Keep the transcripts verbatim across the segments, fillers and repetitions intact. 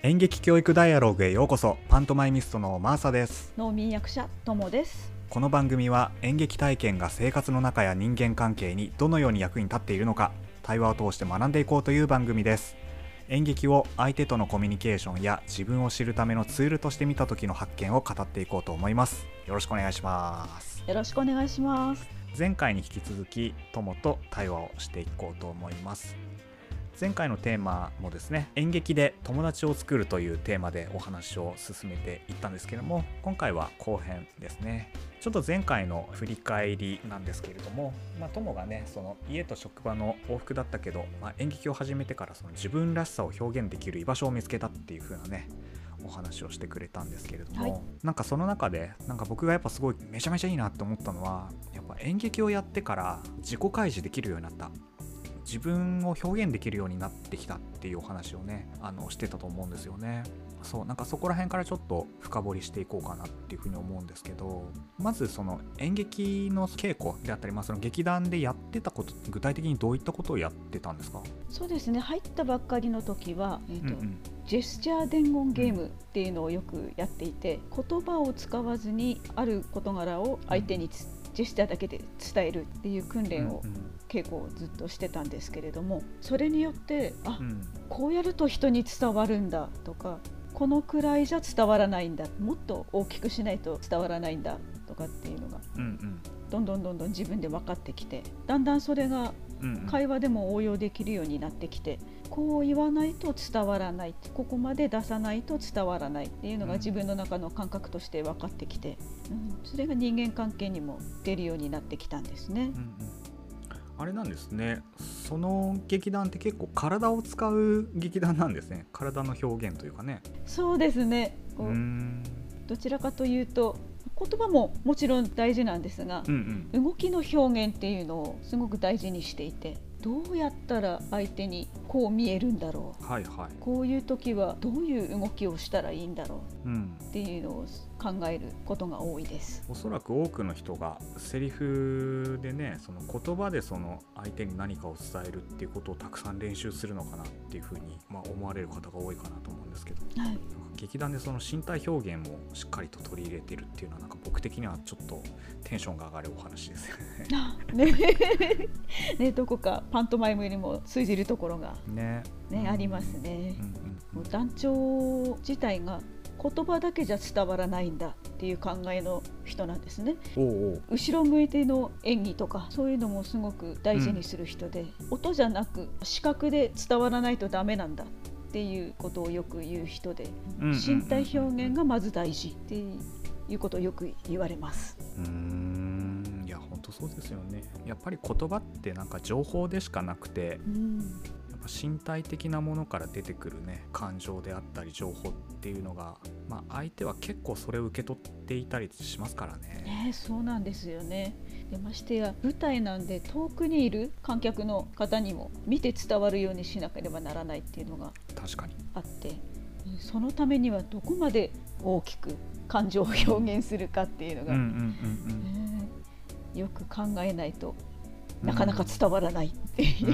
演劇教育ダイアログへようこそ。パントマイミストのマーサです。 農民役者ともです。 この番組は演劇体験が生活の中や人間関係にどのように役に立っているのか、対話を通して学んでいこうという番組です。演劇を相手とのコミュニケーションや自分を知るためのツールとして見た時の発見を語っていこうと思います。よろしくお願いします。 よろしくお願いします。 前回に引き続きともと対話をしていこうと思います。前回のテーマもですね、演劇で友達を作るというテーマでお話を進めていったんですけれども、今回は後編ですね。ちょっと前回の振り返りなんですけれども、まあ、友がね、その家と職場の往復だったけど、まあ、演劇を始めてからその自分らしさを表現できる居場所を見つけたっていう風なねお話をしてくれたんですけれども、はい、なんかその中でなんか僕がやっぱすごいめちゃめちゃいいなって思ったのは、やっぱ演劇をやってから自己開示できるようになった、自分を表現できるようになってきたっていうお話をねあのしてたと思うんですよね。そうなんかそこら辺からちょっと深掘りしていこうかなっていうふうに思うんですけど、まずその演劇の稽古であったり、まあ、その劇団でやってたこと、具体的にどういったことをやってたんですか？ そうですね、入ったばっかりの時は、えーとうんうん、ジェスチャー伝言ゲームっていうのをよくやっていて、言葉を使わずにある事柄を相手につ、うん、ジェスチャーだけで伝えるっていう訓練を、うんうん、稽古をずっとしてたんですけれども、それによってあ、うん、こうやると人に伝わるんだとか、このくらいじゃ伝わらないんだ、もっと大きくしないと伝わらないんだとかっていうのが、うんうん、どんどんどんどん自分で分かってきて、だんだんそれが会話でも応用できるようになってきて、こう言わないと伝わらない、ここまで出さないと伝わらないっていうのが自分の中の感覚として分かってきて、うん、それが人間関係にも出るようになってきたんですね。うんうん、 あれなんですね、その劇団って結構体を使う劇団なんですね。体の表現というかね。 そうですね、こううーんどちらかというと言葉ももちろん大事なんですが、うんうん、動きの表現っていうのをすごく大事にしていて、どうやったら相手にこう見えるんだろう、はいはい、こういう時はどういう動きをしたらいいんだろう、うん、っていうのを考えることが多いです。 おそらく多くの人がセリフでね、その言葉でその相手に何かを伝えるっていうことをたくさん練習するのかなっていうふうに、まあ、思われる方が多いかなと思うんですけど、はい、劇団でその身体表現もしっかりと取り入れてるっていうのは、なんか僕的にはちょっとテンションが上がるお話ですよね。 ねね、どこかパントマイムにも通じるところが、ねね、うん、ありますね。うんうんうん、団長自体が言葉だけじゃ伝わらないんだっていう考えの人なんですね。おうおう、後ろ向いての演技とかそういうのもすごく大事にする人で、うん、音じゃなく視覚で伝わらないとダメなんだっていうことをよく言う人で、うんうんうんうん、身体表現がまず大事っていうことをよく言われます。 うーん、いや本当そうですよね。やっぱり言葉ってなんか情報でしかなくて、うん、やっぱ身体的なものから出てくるね感情であったり情報っていうのが、まあ、相手は結構それを受け取っていたりしますからね。 ね、そうなんですよね。でましてや舞台なんで、遠くにいる観客の方にも見て伝わるようにしなければならないっていうのがあって、そのためにはどこまで大きく感情を表現するかっていうのが、うんうんうんうん、よく考えないとなかなか伝わらないっていう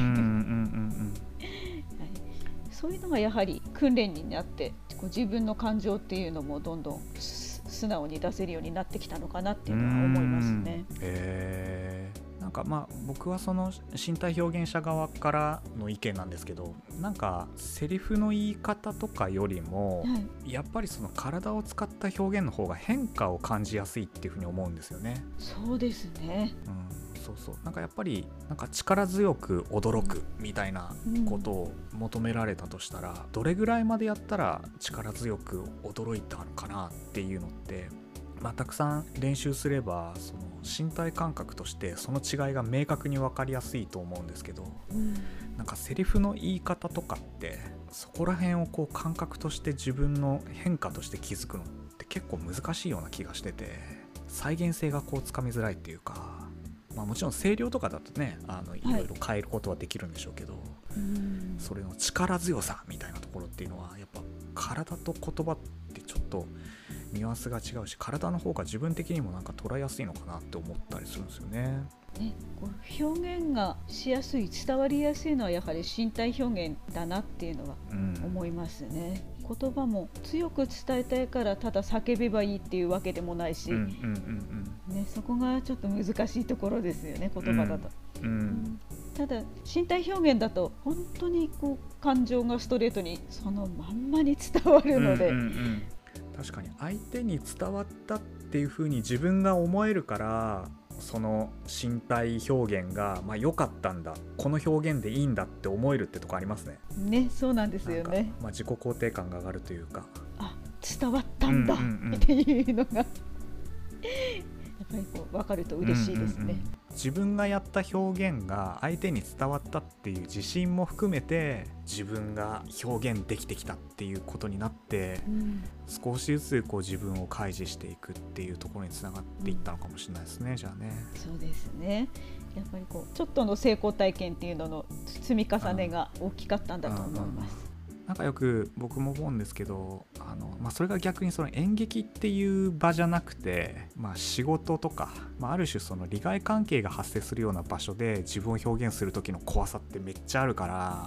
そういうのがやはり訓練になって、こう自分の感情っていうのもどんどん素直に出せるようになってきたのかなっていうのは思いますね。 へー、なんかまあ僕はその身体表現者側からの意見なんですけど、なんかセリフの言い方とかよりも、はい、やっぱりその体を使った表現の方が変化を感じやすいっていうふうに思うんですよね。 そうですね、うん、 そうそう、なんかやっぱりなんか力強く驚くみたいなことを求められたとしたら、うん、どれぐらいまでやったら力強く驚いたのかなっていうのって、まあ、たくさん練習すればその身体感覚としてその違いが明確に分かりやすいと思うんですけど、うん、なんかセリフの言い方とかってそこら辺をこう感覚として自分の変化として気づくのって結構難しいような気がしてて、再現性がこうつかみづらいっていうか、まあ、もちろん声量とかだとね、あのいろいろ変えることはできるんでしょうけど、はい、それの力強さみたいなところっていうのはやっぱ体と言葉ってちょっとニュアンスが違うし、体の方が自分的にもなんか捉えやすいのかなって思ったりするんですよね。 ね、こう表現がしやすい、伝わりやすいのはやはり身体表現だなっていうのは思いますね。 言葉も強く伝えたいからただ叫べばいいっていうわけでもないし、 うんうんうんね、そこがちょっと難しいところですよね、言葉だと、 うんうん、 ただ身体表現だと本当にこう感情がストレートにそのまんまに伝わるので、 うんうんうん、確かに相手に伝わったっていう風に自分が思えるから、その身体表現がまあ良かったんだ、この表現でいいんだって思えるってとこありますね。 ね、そうなんですよね。 まあ、自己肯定感が上がるというか、 あ、伝わったんだ、うんうんうん、っていうのがやっぱりこう分かると嬉しいですね、うんうんうん、 自分がやった表現が相手に伝わったっていう自信も含めて自分が表現できてきたっていうことになって、うん、少しずつこう自分を開示していくっていうところにつながっていったのかもしれないですね、うん、じゃあね。 そうですね、やっぱりこうちょっとの成功体験っていうのの積み重ねが大きかったんだと思います。 なんかよく僕も思うんですけど、あの、まあ、それが逆にその演劇っていう場じゃなくて、まあ、仕事とか、まあ、ある種その利害関係が発生するような場所で自分を表現する時の怖さってめっちゃあるから、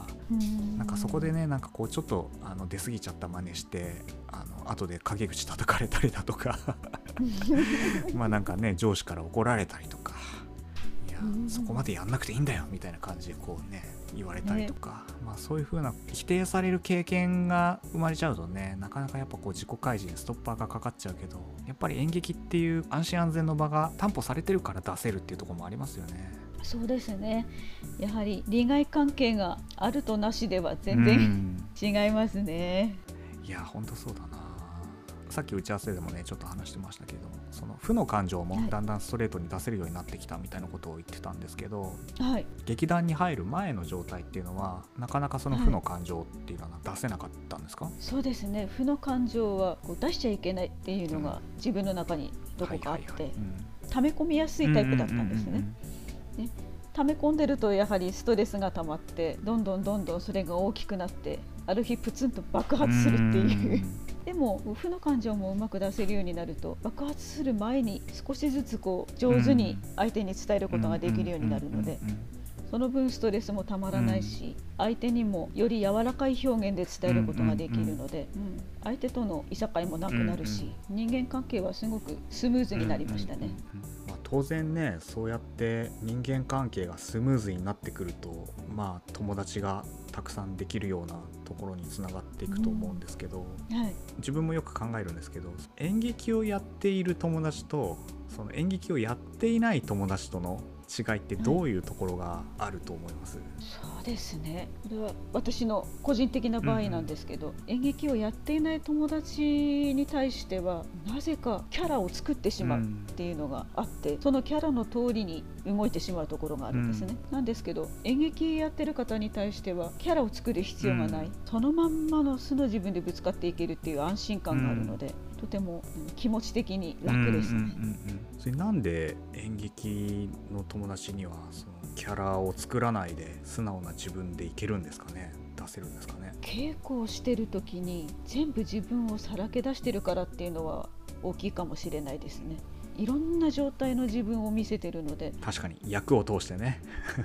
んなんかそこでね、なんかこうちょっとあの出過ぎちゃった真似してあの後で陰口叩かれたりだとかまあなんかね上司から怒られたりとか、いやそこまでやんなくていいんだよみたいな感じでこうね言われたりとか、ね、まあ、そういう風な否定される経験が生まれちゃうとね、なかなかやっぱこう自己開示にストッパーがかかっちゃうけど、やっぱり演劇っていう安心安全の場が担保されてるから出せるっていうところもありますよね。 そうですね、やはり利害関係があるとなしでは全然違いますね。 いや本当そうだな。さっき打ち合わせでもねちょっと話してましたけど、その負の感情もだんだんストレートに出せるようになってきたみたいなことを言ってたんですけど、 はい、 劇団に入る前の状態っていうのはなかなかその負の感情っていうのは出せなかったんですか？はい、 そうですね、負の感情はこう出しちゃいけないっていうのが自分の中にどこかあって溜め込みやすいタイプだったんですね。溜め込んでるとやはりストレスが溜まってどんどんどんどんそれが大きくなってある日プツンと爆発するっていうでも負の感情もうまく出せるようになると爆発する前に少しずつこう上手に相手に伝えることができるようになるので、その分ストレスもたまらないし、相手にもより柔らかい表現で伝えることができるので、うん、相手とのいさかいもなくなるし、人間関係はすごくスムーズになりましたね。 まあ、当然ねそうやって人間関係がスムーズになってくると、まあ、友達がたくさんできるようなところにつながっていくと思うんですけど、 うん、はい、 自分もよく考えるんですけど、演劇をやっている友達とその演劇をやっていない友達との違いってどういうところがあると思います？はい、 そうですね、これは私の個人的な場合なんですけど、うんうん、演劇をやっていない友達に対してはなぜかキャラを作ってしまうっていうのがあって、うん、そのキャラの通りに動いてしまうところがあるんですね、うん、なんですけど演劇やってる方に対してはキャラを作る必要がない、うん、そのまんまの素の自分でぶつかっていけるっていう安心感があるので、うん、とても気持ち的に楽ですね。うんうんうんうん、 それなんで演劇の友達にはそのキャラを作らないで素直な自分でいけるんですかね、出せるんですかね。 稽古をしてる時に全部自分をさらけ出してるからっていうのは大きいかもしれないですね。いろんな状態の自分を見せてるので、 確かに役を通してね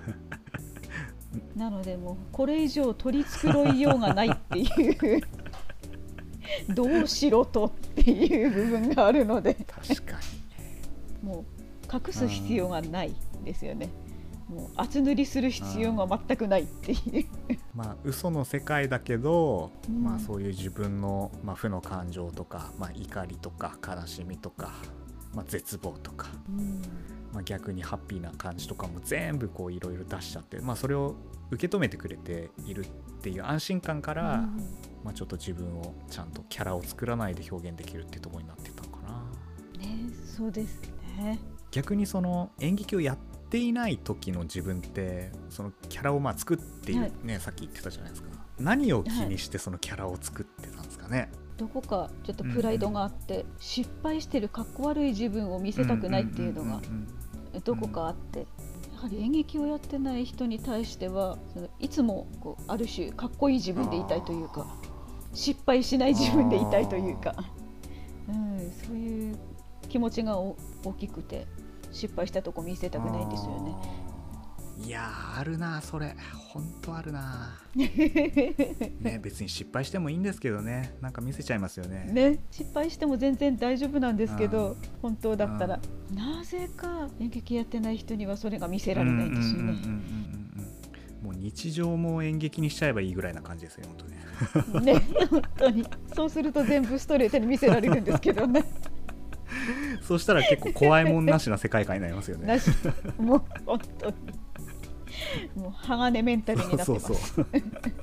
なのでもうこれ以上取り繕いようがないっていうどうしろとっていう部分があるので確かにもう隠す必要がないですよね。もう厚塗りする必要が全くないっていうまあ嘘の世界だけど、うん、まあそういう自分の、まあ、負の感情とか、まあ、怒りとか悲しみとか、まあ、絶望とか、うんまあ、逆にハッピーな感じとかも全部こういろいろ出しちゃって、まあ、それを受け止めてくれているっていう安心感から、うんまあ、ちょっと自分をちゃんとキャラを作らないで表現できるっていうところになってたのかな。 ね、そうですね。 逆にその演劇をやってやっていない時の自分ってそのキャラをまあ作っている、ね、はい、さっき言ってたじゃないですか。何を気にしてそのキャラを作ってたんですかね。はい、 どこかちょっとプライドがあって、うんうん、失敗してるかっこ悪い自分を見せたくないっていうのがどこかあって、やはり演劇をやってない人に対してはそのいつもこうある種かっこいい自分でいたいというか失敗しない自分でいたいというか、うん、そういう気持ちが大きくて失敗したとこ見せたくないんですよね。 いやーあるな、それほんとあるなね、別に失敗してもいいんですけどね、なんか見せちゃいますよね。 ね、失敗しても全然大丈夫なんですけど、本当だったらなぜか演劇やってない人にはそれが見せられないんですよね。 もう日常も演劇にしちゃえばいいぐらいな感じですよ本当ね。ね、本当にそうすると全部ストレートに見せられるんですけどね。 そうしたら結構怖いもんなしな世界観になりますよね。 なし、もう本当にもう鋼メンタルになってます。そうそうそうで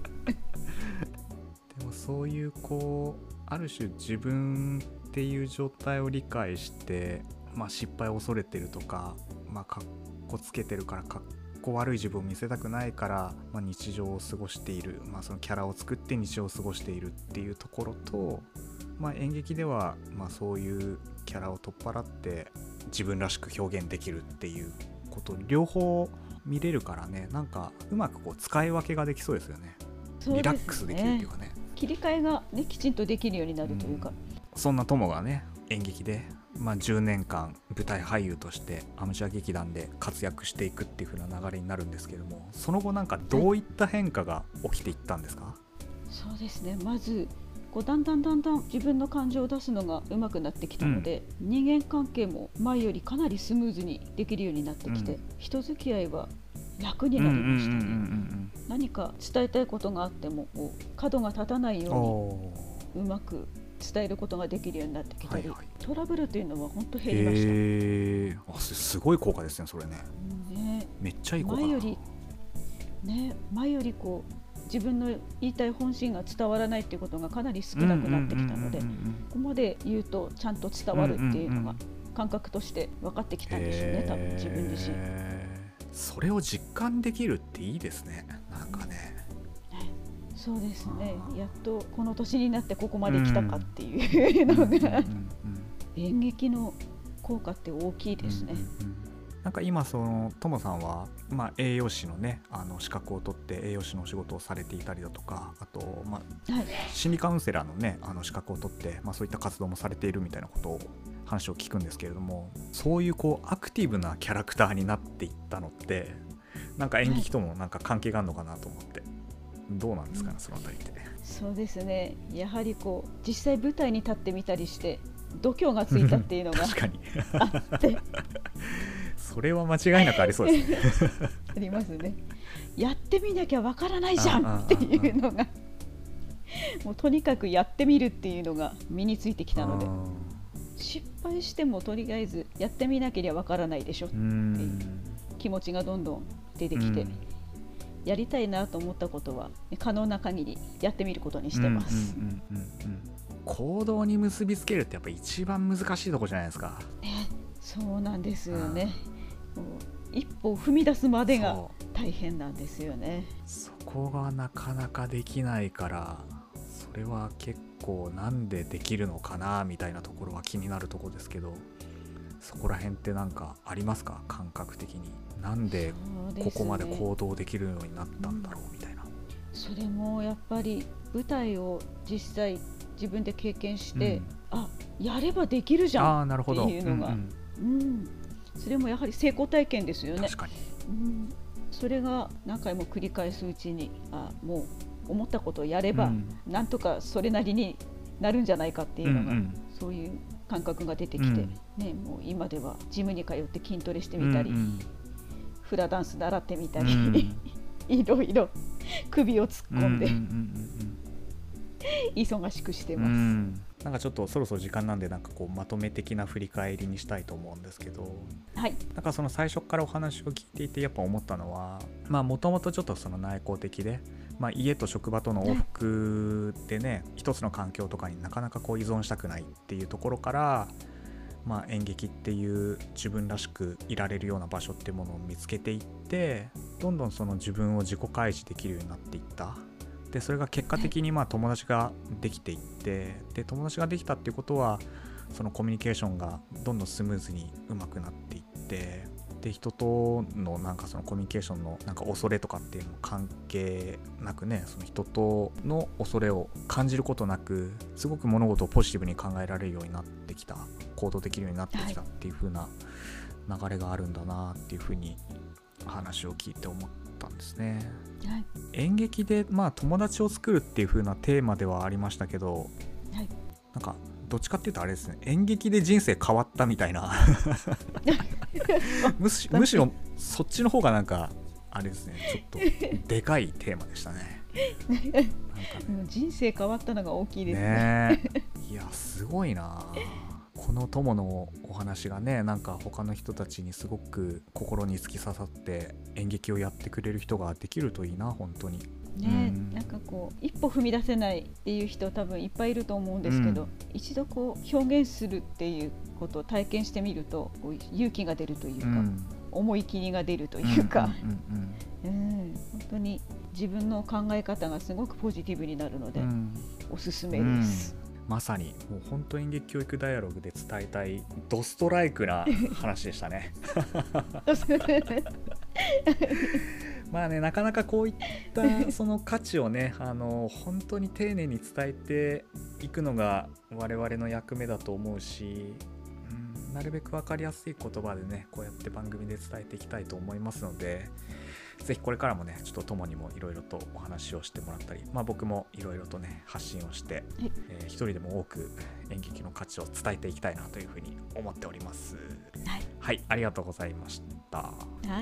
もそういうこうある種自分っていう状態を理解して、まあ、失敗を恐れてるとか、まあ、かっこつけてるからかっこ悪い自分を見せたくないから、まあ、日常を過ごしている、まあ、そのキャラを作って日常を過ごしているっていうところと、まあ、演劇ではまあそういうキャラを取っ払って自分らしく表現できるっていうこと両方見れるからね、なんかうまくこう使い分けができそうですよね。 そうですね、 リラックスできるっていうかね、 切り替えが、ね、きちんとできるようになるというか、 うん、そんな友がね演劇で、まあ、じゅうねんかん舞台俳優としてアマチュア劇団で活躍していくっていう風な流れになるんですけども、その後なんかどういった変化が起きていったんですか？はい、 そうですね、まずこうだんだんだんだん自分の感情を出すのが上手くなってきたので、うん、人間関係も前よりかなりスムーズにできるようになってきて、うん、人付き合いは楽になりましたね。何か伝えたいことがあってもこう角が立たないようにうまく伝えることができるようになってきたり、はいはい、トラブルというのは本当減りました。 へー、あ、すごい効果ですねそれ ね, ねめっちゃいい効果だな。前より、 ね、前よりこう自分の言いたい本心が伝わらないっていうことがかなり少なくなってきたので、ここまで言うとちゃんと伝わるっていうのが感覚として分かってきたんでしょうね、多分自分自身。 それを実感できるっていいですね、なんかね。 そうですね、やっとこの年になってここまで来たかっていうのが演劇の効果って大きいですね。 うんうんうん、なんか今そのともさんは、まあ、栄養士のねあの資格を取って栄養士のお仕事をされていたりだとか、あと、まあはい、心理カウンセラーのねあの資格を取って、まあ、そういった活動もされているみたいなことを話を聞くんですけれども、そういうこうアクティブなキャラクターになっていったのってなんか演劇ともなんか関係があるのかなと思って、はい、どうなんですかね、そのあたりって。 そうですね、やはりこう実際舞台に立ってみたりして度胸がついたっていうのが確かにあってそれは間違いなくありそうですねありますね。やってみなきゃわからないじゃんっていうのがもうとにかくやってみるっていうのが身についてきたので、失敗してもとりあえずやってみなければわからないでしょっていう気持ちがどんどん出てきて、やりたいなと思ったことは可能な限りやってみることにしてます。 行動に結びつけるってやっぱ一番難しいとこじゃないですか、 ね、そうなんですよね。もう一歩踏み出すまでが大変なんですよね。 そこがなかなかできないから、それは結構なんでできるのかなみたいなところは気になるところですけど、そこら辺ってなんかありますか、感覚的に。なんでここまで行動できるようになったんだろうみたいな。 それもやっぱり舞台を実際自分で経験して、うん、あ、やればできるじゃんっていうのが、うんうんうん、それもやはり成功体験ですよね。 確かに、 うん、それが何回も繰り返すうちに、あ、もう思ったことをやれば、うん、なんとかそれなりになるんじゃないかっていうのが、うんうん、そういう感覚が出てきて、うんね、もう今ではジムに通って筋トレしてみたり、うんうん、フラダンス習ってみたり、うん、いろいろ首を突っ込んで、うんうんうんうん忙しくしてます。うん、 なんかちょっとそろそろ時間なんで、なんかこうまとめ的な振り返りにしたいと思うんですけど、 はい、 なんかその最初からお話を聞いていてやっぱ思ったのは、まあもともとちょっとその内向的で、まあ、家と職場との往復でね、はい、一つの環境とかになかなかこう依存したくないっていうところから、まあ、演劇っていう自分らしくいられるような場所っていうものを見つけていって、どんどんその自分を自己開示できるようになっていった。でそれが結果的にまあ友達ができていって、で友達ができたっていうことはそのコミュニケーションがどんどんスムーズにうまくなっていって、で人とのなんかそのコミュニケーションのなんか恐れとかっていうのも関係なくね、その人との恐れを感じることなく、すごく物事をポジティブに考えられるようになってきた、行動できるようになってきたっていう風な流れがあるんだなっていう風に話を聞いて思ったんですね。 はい、 演劇で、まあ、友達を作るっていう風なテーマではありましたけど、 はい、 なんかどっちかっていうとあれですね、演劇で人生変わったみたいなむし、むしろそっちの方がなんかあれですね、ちょっとでかいテーマでしたね。なんかね、 もう人生変わったのが大きいですね。 ねいやすごいな。この友のお話がね、なんか他の人たちにすごく心に突き刺さって演劇をやってくれる人ができるといいな、本当に。 ね、 うん、 なんかこう一歩踏み出せないっていう人多分いっぱいいると思うんですけど、うん、一度こう表現するっていうことを体験してみるとこう勇気が出るというか、うん、思い切りが出るというか、うんうんうんうん、本当に自分の考え方がすごくポジティブになるので、うん、おすすめです、 うん、まさにもう本当演劇教育ダイアログで伝えたいドストライクな話でしたねまあね、なかなかこういったその価値をねあの本当に丁寧に伝えていくのが我々の役目だと思うし、うん、なるべく分かりやすい言葉でねこうやって番組で伝えていきたいと思いますので、ぜひこれからもねちょっと友にもいろいろとお話をしてもらったり、まあ、僕もいろいろとね発信をして、えー、一人でも多く演劇の価値を伝えていきたいなというふうに思っております。はい、はい、ありがとうございました。 はい、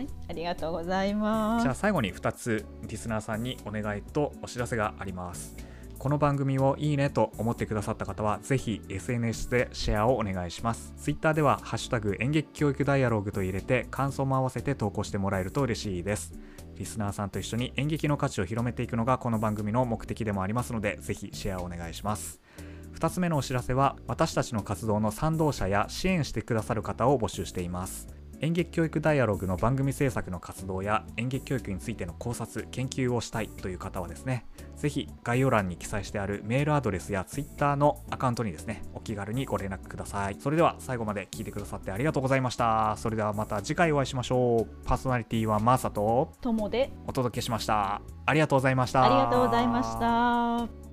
ありがとうございます。 じゃあ最後にふたつリスナーさんにお願いとお知らせがあります。この番組をいいねと思ってくださった方はぜひ エスエヌエス でシェアをお願いします。 Twitter ではハッシュタグ演劇教育ダイアログと入れて感想も合わせて投稿してもらえると嬉しいです。リスナーさんと一緒に演劇の価値を広めていくのがこの番組の目的でもありますので、ぜひシェアをお願いします。ふたつめのお知らせは、私たちの活動の賛同者や支援してくださる方を募集しています。演劇教育ダイアログの番組制作の活動や演劇教育についての考察・研究をしたいという方はですね、ぜひ概要欄に記載してあるメールアドレスやツイッターのアカウントにですね、お気軽にご連絡ください。それでは最後まで聞いてくださってありがとうございました。それではまた次回お会いしましょう。パーソナリティはマーサとトモでお届けしました。ありがとうございました。 ありがとうございました。